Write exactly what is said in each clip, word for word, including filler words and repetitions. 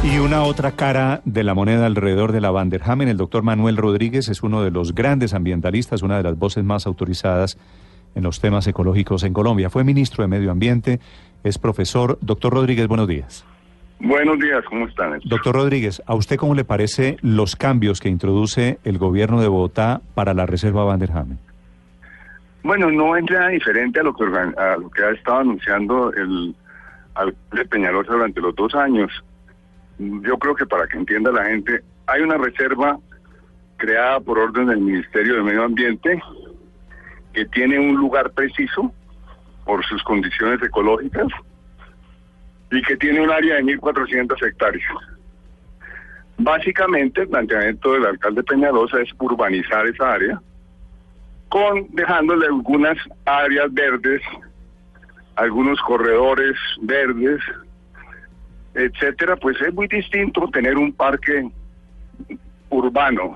Y una otra cara de la moneda alrededor de la Van der Hamen, el doctor Manuel Rodríguez es uno de los grandes ambientalistas, una de las voces más autorizadas en los temas ecológicos en Colombia. Fue ministro de Medio Ambiente, es profesor. Doctor Rodríguez, buenos días. Buenos días, ¿cómo están? Doctor Rodríguez, ¿a usted cómo le parece los cambios que introduce el gobierno de Bogotá para la reserva Van der Hamen? Bueno, no es nada diferente a lo que, a lo que ha estado anunciando el alcalde Peñalosa durante los dos años. Yo creo que para que entienda la gente, hay una reserva creada por orden del Ministerio de Medio Ambiente que tiene un lugar preciso por sus condiciones ecológicas y que tiene un área de mil cuatrocientas hectáreas. Básicamente, el planteamiento del alcalde Peñalosa es urbanizar esa área, con dejándole algunas áreas verdes, algunos corredores verdes, etcétera. Pues es muy distinto tener un parque urbano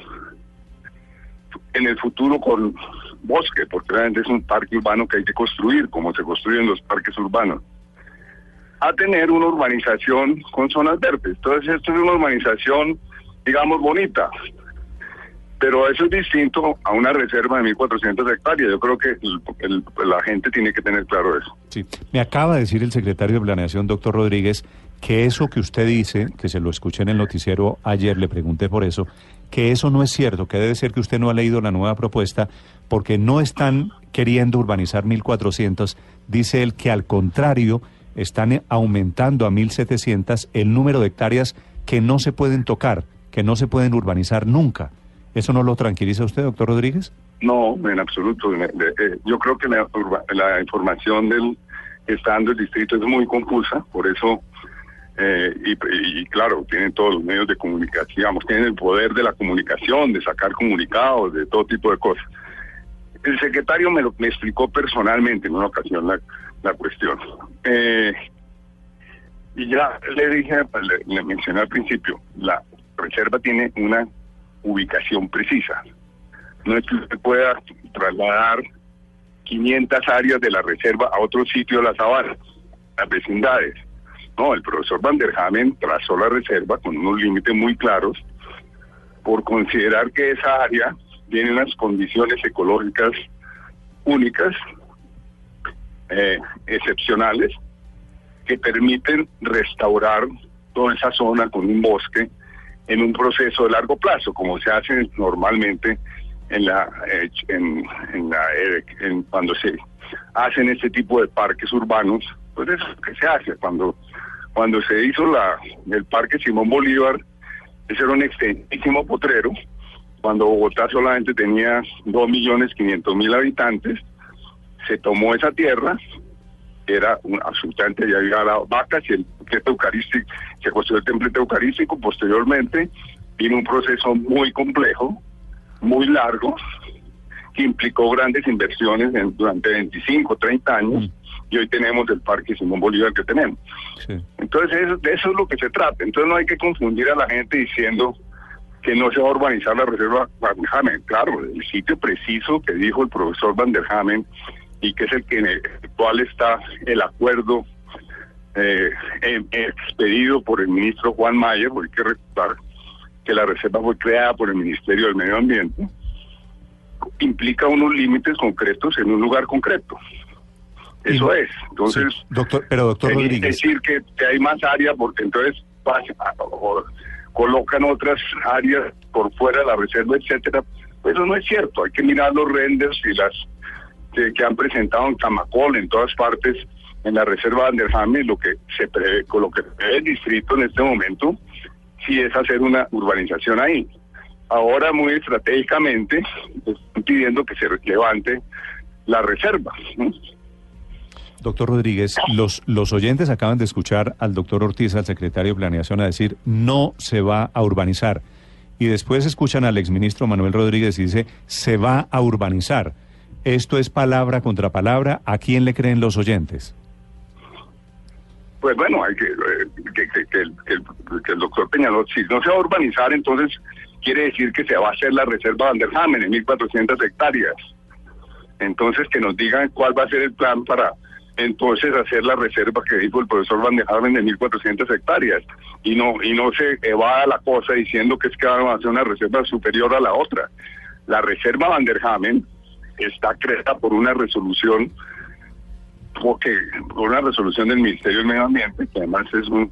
en el futuro con bosque, porque realmente es un parque urbano que hay que construir, como se construyen los parques urbanos, a tener una urbanización con zonas verdes. Entonces esto es una urbanización, digamos, bonita, pero eso es distinto a una reserva de mil cuatrocientas hectáreas. Yo creo que el, el, la gente tiene que tener claro eso. Sí, me acaba de decir el secretario de Planeación, doctor Rodríguez, que eso que usted dice, que se lo escuché en el noticiero ayer, le pregunté por eso, que eso no es cierto, que debe ser que usted no ha leído la nueva propuesta, porque no están queriendo urbanizar mil cuatrocientos, dice él que al contrario, están aumentando a mil setecientos el número de hectáreas que no se pueden tocar, que no se pueden urbanizar nunca. ¿Eso no lo tranquiliza usted, doctor Rodríguez? No, en absoluto. Yo creo que la, la información del que está dando el distrito es muy confusa, por eso, eh, y, y claro, tienen todos los medios de comunicación, digamos, tienen el poder de la comunicación, de sacar comunicados, de todo tipo de cosas. El secretario me, lo, me explicó personalmente en una ocasión la, la cuestión. Eh, y ya le dije, le, le mencioné al principio, la reserva tiene una ubicación precisa. No es que usted pueda trasladar quinientas áreas de la reserva a otro sitio de la sabana, las vecindades. No, el profesor Van der Hamen trazó la reserva con unos límites muy claros por considerar que esa área tiene unas condiciones ecológicas únicas, eh, excepcionales, que permiten restaurar toda esa zona con un bosque en un proceso de largo plazo, como se hace normalmente en la, eh, en, en la eh, en cuando se hacen este tipo de parques urbanos. Pues eso es lo que se hace. Cuando cuando se hizo la el Parque Simón Bolívar, ese era un extensísimo potrero, cuando Bogotá solamente tenía dos millones quinientos mil habitantes. Se tomó esa tierra, era un, absolutamente, ya había dado vacas, y el templete eucarístico, se construyó el templete eucarístico. Posteriormente vino un proceso muy complejo, muy largo, que implicó grandes inversiones en, durante veinticinco, treinta años, mm. y hoy tenemos el Parque Simón Bolívar que tenemos. Sí. Entonces eso, de eso es lo que se trata. Entonces no hay que confundir a la gente diciendo que no se va a urbanizar la reserva Van der Hamen. Claro, el sitio preciso que dijo el profesor Van der Hamen, y que es el que en el cual está el acuerdo eh, expedido por el ministro Juan Mayer, porque hay que recordar que la reserva fue creada por el Ministerio del Medio Ambiente, implica unos límites concretos en un lugar concreto. Eso y, es. Entonces, sí, doctor, pero doctor Rodríguez, decir que, que hay más áreas, porque entonces pasa, o, o, colocan otras áreas por fuera de la reserva, etcétera. Pues eso no es cierto. Hay que mirar los renders y las que, que han presentado en Camacol, en todas partes, en la reserva Van der Hamen. Lo que se prevé, con lo que prevé el distrito en este momento, sí es hacer una urbanización ahí. Ahora, muy estratégicamente, están pidiendo que se levante la reserva, ¿no? Doctor Rodríguez, los, los oyentes acaban de escuchar al doctor Ortiz, al secretario de Planeación, a decir no se va a urbanizar. Y después escuchan al exministro Manuel Rodríguez y dice se va a urbanizar. Esto es palabra contra palabra. ¿A quién le creen los oyentes? Pues bueno, hay que, que, que, que, el, que, el, que el doctor Peñalosa, si no se va a urbanizar, entonces quiere decir que se va a hacer la reserva Van der Hamen en mil cuatrocientas hectáreas. Entonces que nos digan cuál va a ser el plan para entonces hacer la reserva que dijo el profesor Van der Hamen de mil cuatrocientas hectáreas, y no y no se evada la cosa diciendo que es que van a hacer una reserva superior a la otra. La reserva Van der Hamen está creada por una resolución, porque por una resolución del Ministerio del Medio Ambiente, que además es un,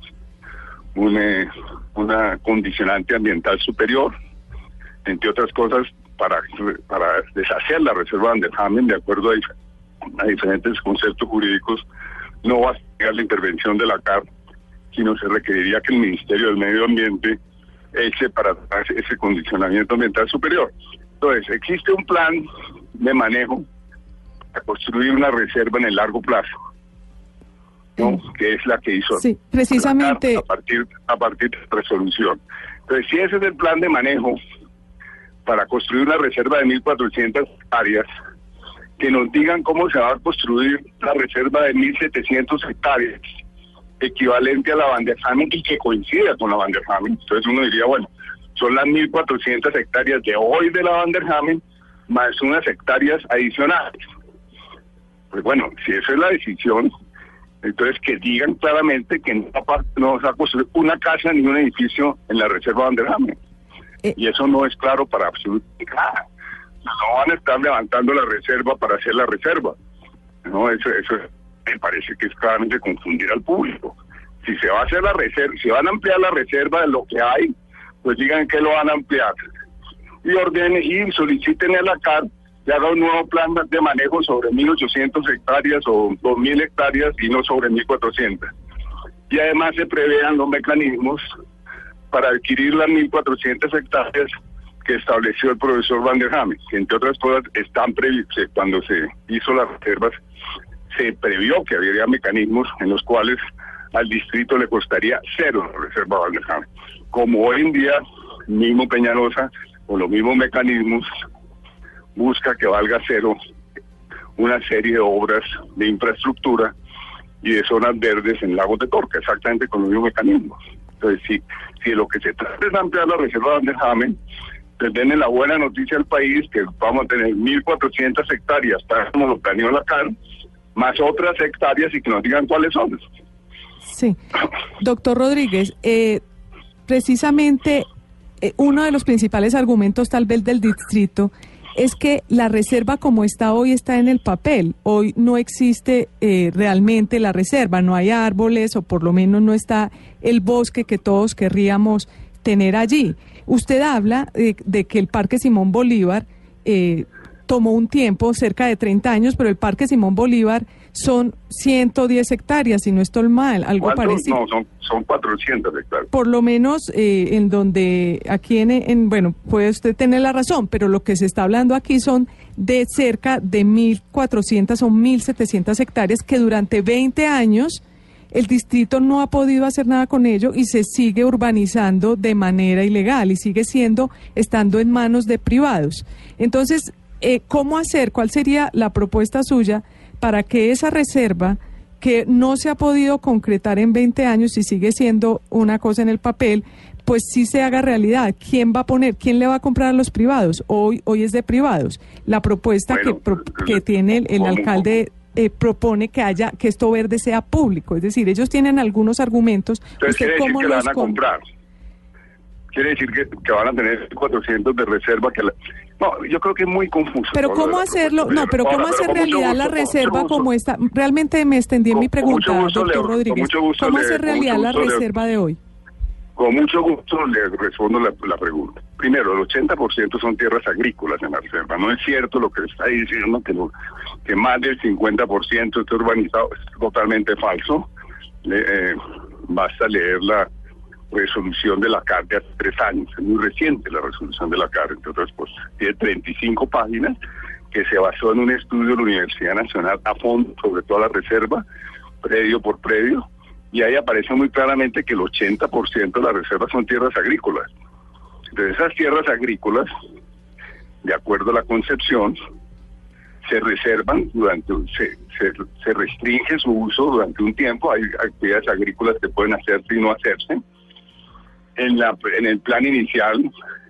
un eh, una condicionante ambiental superior, entre otras cosas, para para deshacer la reserva Van der Hamen de acuerdo a a diferentes conceptos jurídicos. No va a ser la intervención de la C A R, sino se requeriría que el Ministerio del Medio Ambiente eche para atrás ese condicionamiento ambiental superior. Entonces, existe un plan de manejo para construir una reserva en el largo plazo, ¿no? Sí. Que es la que hizo sí, precisamente la C A R a partir, a partir de la resolución. Entonces, si ese es el plan de manejo para construir una reserva de mil cuatrocientas hectáreas, que nos digan cómo se va a construir la reserva de mil setecientas hectáreas, equivalente a la Van der Hamen y que coincida con la Van der Hamen. Entonces uno diría, bueno, son las mil cuatrocientas hectáreas de hoy de la Van der Hamen, más unas hectáreas adicionales. Pues bueno, si esa es la decisión, entonces que digan claramente que no, no se va a construir una casa ni un edificio en la reserva Van der Hamen. Eh. Y eso no es claro para absolutamente nada. No van a estar levantando la reserva para hacer la reserva. No, eso, eso me parece que es claramente confundir al público. Si se va a hacer la reserva, si van a ampliar la reserva de lo que hay, pues digan que lo van a ampliar. Y ordenen y soliciten a la C A R que haga un nuevo plan de manejo sobre mil ochocientas hectáreas o dos mil hectáreas y no sobre mil cuatrocientas. Y además se prevean los mecanismos para adquirir las mil cuatrocientas hectáreas que estableció el profesor Van der Hamen, que entre otras cosas están previstos. Cuando se hizo las reservas, se previó que habría mecanismos en los cuales al distrito le costaría cero la reserva Van der Hamen. Como hoy en día, mismo Peñalosa, con los mismos mecanismos, busca que valga cero una serie de obras de infraestructura y de zonas verdes en Lagos de Torca, exactamente con los mismos mecanismos. Entonces, si, si lo que se trata es ampliar la reserva Van der Hamen, pues denle la buena noticia al país que vamos a tener mil cuatrocientas hectáreas, para como lo planeó la C A R, más otras hectáreas y que nos digan cuáles son. Sí. Doctor Rodríguez, eh, precisamente eh, uno de los principales argumentos tal vez del distrito es que la reserva como está hoy está en el papel. Hoy no existe eh, realmente la reserva, no hay árboles o por lo menos no está el bosque que todos querríamos tener allí. Usted habla de, de que el Parque Simón Bolívar eh, tomó un tiempo, cerca de treinta años, pero el Parque Simón Bolívar son ciento diez hectáreas, si no estoy mal, algo parecido. No, son, son cuatrocientas hectáreas. Por lo menos eh, en donde, aquí en, en, bueno, puede usted tener la razón, pero lo que se está hablando aquí son de cerca de mil cuatrocientas o mil setecientas hectáreas que durante veinte años el distrito no ha podido hacer nada con ello y se sigue urbanizando de manera ilegal y sigue siendo, estando en manos de privados. Entonces, eh, ¿cómo hacer? ¿Cuál sería la propuesta suya para que esa reserva, que no se ha podido concretar en veinte años y sigue siendo una cosa en el papel, pues sí se haga realidad? ¿Quién va a poner? ¿Quién le va a comprar a los privados? Hoy, hoy es de privados. La propuesta bueno, que, pro, que tiene el, el alcalde... Eh, propone que haya que esto verde sea público, es decir, ellos tienen algunos argumentos. Entonces quiere decir que la van a comprar. Quiere decir que, que van a tener cuatrocientos de reserva que la... No, yo creo que es muy confuso. Pero cómo hacerlo, no, pero cómo hacer realidad la reserva como esta. Realmente me extendí en mi pregunta, doctor Rodríguez. ¿Cómo hacer realidad la reserva de hoy? Con mucho gusto le respondo la, la pregunta. Primero, el ochenta por ciento son tierras agrícolas en la reserva. No es cierto lo que está diciendo, que, lo, que más del cincuenta por ciento está urbanizado. Es totalmente falso. Le, eh, basta leer la resolución de la C A R de hace tres años. Es muy reciente la resolución de la C A R, entre otras cosas. Tiene treinta y cinco páginas que se basó en un estudio de la Universidad Nacional a fondo sobre toda la reserva, predio por predio. Y ahí aparece muy claramente que el ochenta por ciento de las reservas son tierras agrícolas. De esas tierras agrícolas, de acuerdo a la concepción, se reservan durante, se, se, se restringe su uso durante un tiempo. Hay actividades agrícolas que pueden hacerse y no hacerse. En, la, en el plan inicial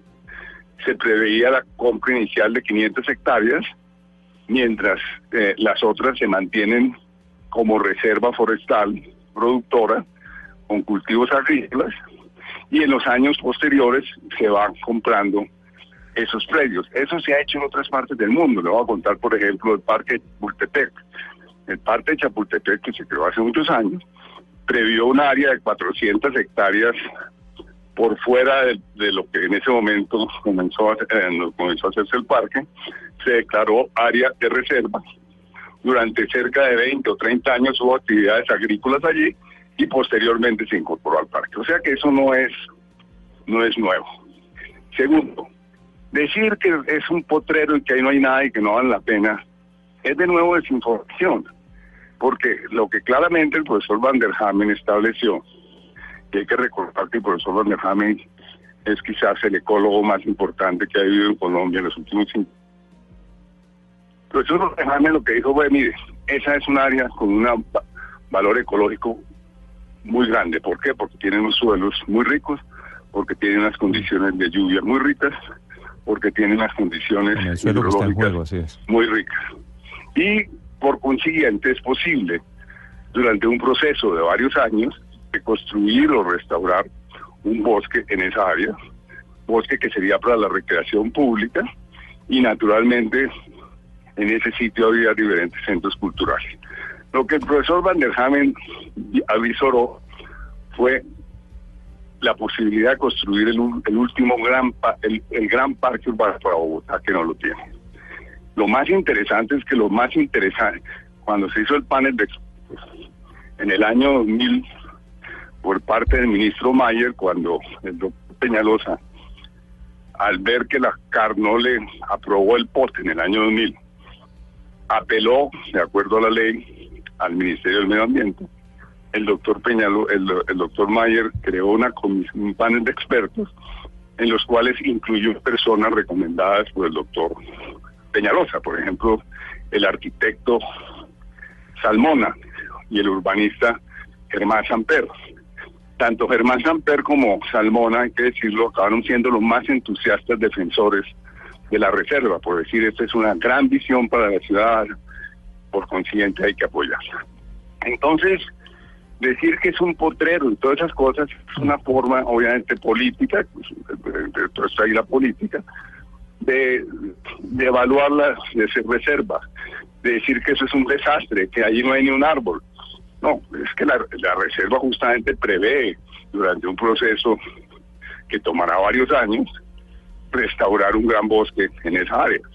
se preveía la compra inicial de quinientas hectáreas, mientras eh, las otras se mantienen como reserva forestal productora con cultivos agrícolas, y en los años posteriores se van comprando esos predios. Eso se ha hecho en otras partes del mundo. Le voy a contar, por ejemplo, el Parque Chapultepec. El Parque de Chapultepec, que se creó hace muchos años, previó un área de cuatrocientas hectáreas por fuera de, de lo que en ese momento comenzó a, eh, comenzó a hacerse el parque. Se declaró área de reserva. Durante cerca de veinte o treinta años hubo actividades agrícolas allí y posteriormente se incorporó al parque. O sea que eso no es, no es nuevo. Segundo, decir que es un potrero y que ahí no hay nada y que no vale la pena es de nuevo desinformación, porque lo que claramente el profesor Van der Hamen estableció, que hay que recordar que el profesor Van der Hamen es quizás el ecólogo más importante que ha vivido en Colombia en los últimos cinco años. El profesor Van der Hamen lo que dijo fue, mire, esa es un área con un valor ecológico muy grande. ¿Por qué? Porque tiene unos suelos muy ricos, porque tiene unas condiciones de lluvia muy ricas, porque tiene unas condiciones hidrológicas muy ricas. Y por consiguiente es posible, durante un proceso de varios años, de construir o restaurar un bosque en esa área, bosque que sería para la recreación pública, y naturalmente en ese sitio había diferentes centros culturales. Lo que el profesor Van der Hamen avisoró fue la posibilidad de construir el, el último gran, el, el gran parque urbano para Bogotá, que no lo tiene. Lo más interesante es que lo más interesante, cuando se hizo el panel de expertos en el año dos mil, por parte del ministro Mayer, cuando el doctor Peñalosa, al ver que la C A R no le aprobó el P O T en el año dos mil, apeló, de acuerdo a la ley, al Ministerio del Medio Ambiente. El doctor Peñalo, el, el doctor Mayer creó una comisión, un panel de expertos en los cuales incluyó personas recomendadas por el doctor Peñalosa, por ejemplo, el arquitecto Salmona y el urbanista Germán Samper. Tanto Germán Samper como Salmona, hay que decirlo, acabaron siendo los más entusiastas defensores de la reserva, por decir, esta es una gran visión para la ciudad, por consiguiente hay que apoyarla. Entonces, decir que es un potrero y todas esas cosas es una forma, obviamente, política, pues, de todo está ahí la política, de, de evaluar la de ser reserva, de decir que eso es un desastre, que allí no hay ni un árbol. No, es que la, la reserva justamente prevé, durante un proceso que tomará varios años, restaurar un gran bosque en esa área.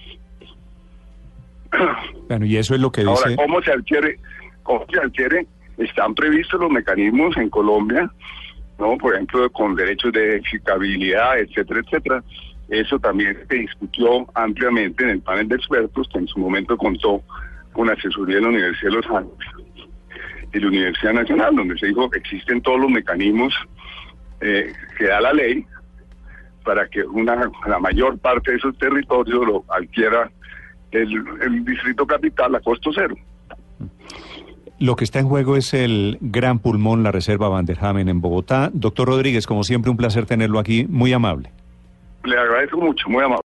Bueno, y eso es lo que dice... Ahora, ¿cómo se adquiere? ¿Cómo se adquiere? Están previstos los mecanismos en Colombia, ¿no? Por ejemplo, con derechos de edificabilidad, etcétera, etcétera. Eso también se discutió ampliamente en el panel de expertos, que en su momento contó con asesoría de la Universidad de los Andes y la Universidad Nacional, donde se dijo que existen todos los mecanismos eh, que da la ley para que una la mayor parte de esos territorios lo adquiera el, el Distrito Capital a costo cero. Lo que está en juego es el Gran Pulmón, la Reserva Van der Hamen en Bogotá. Doctor Rodríguez, como siempre, un placer tenerlo aquí, muy amable. Le agradezco mucho, muy amable.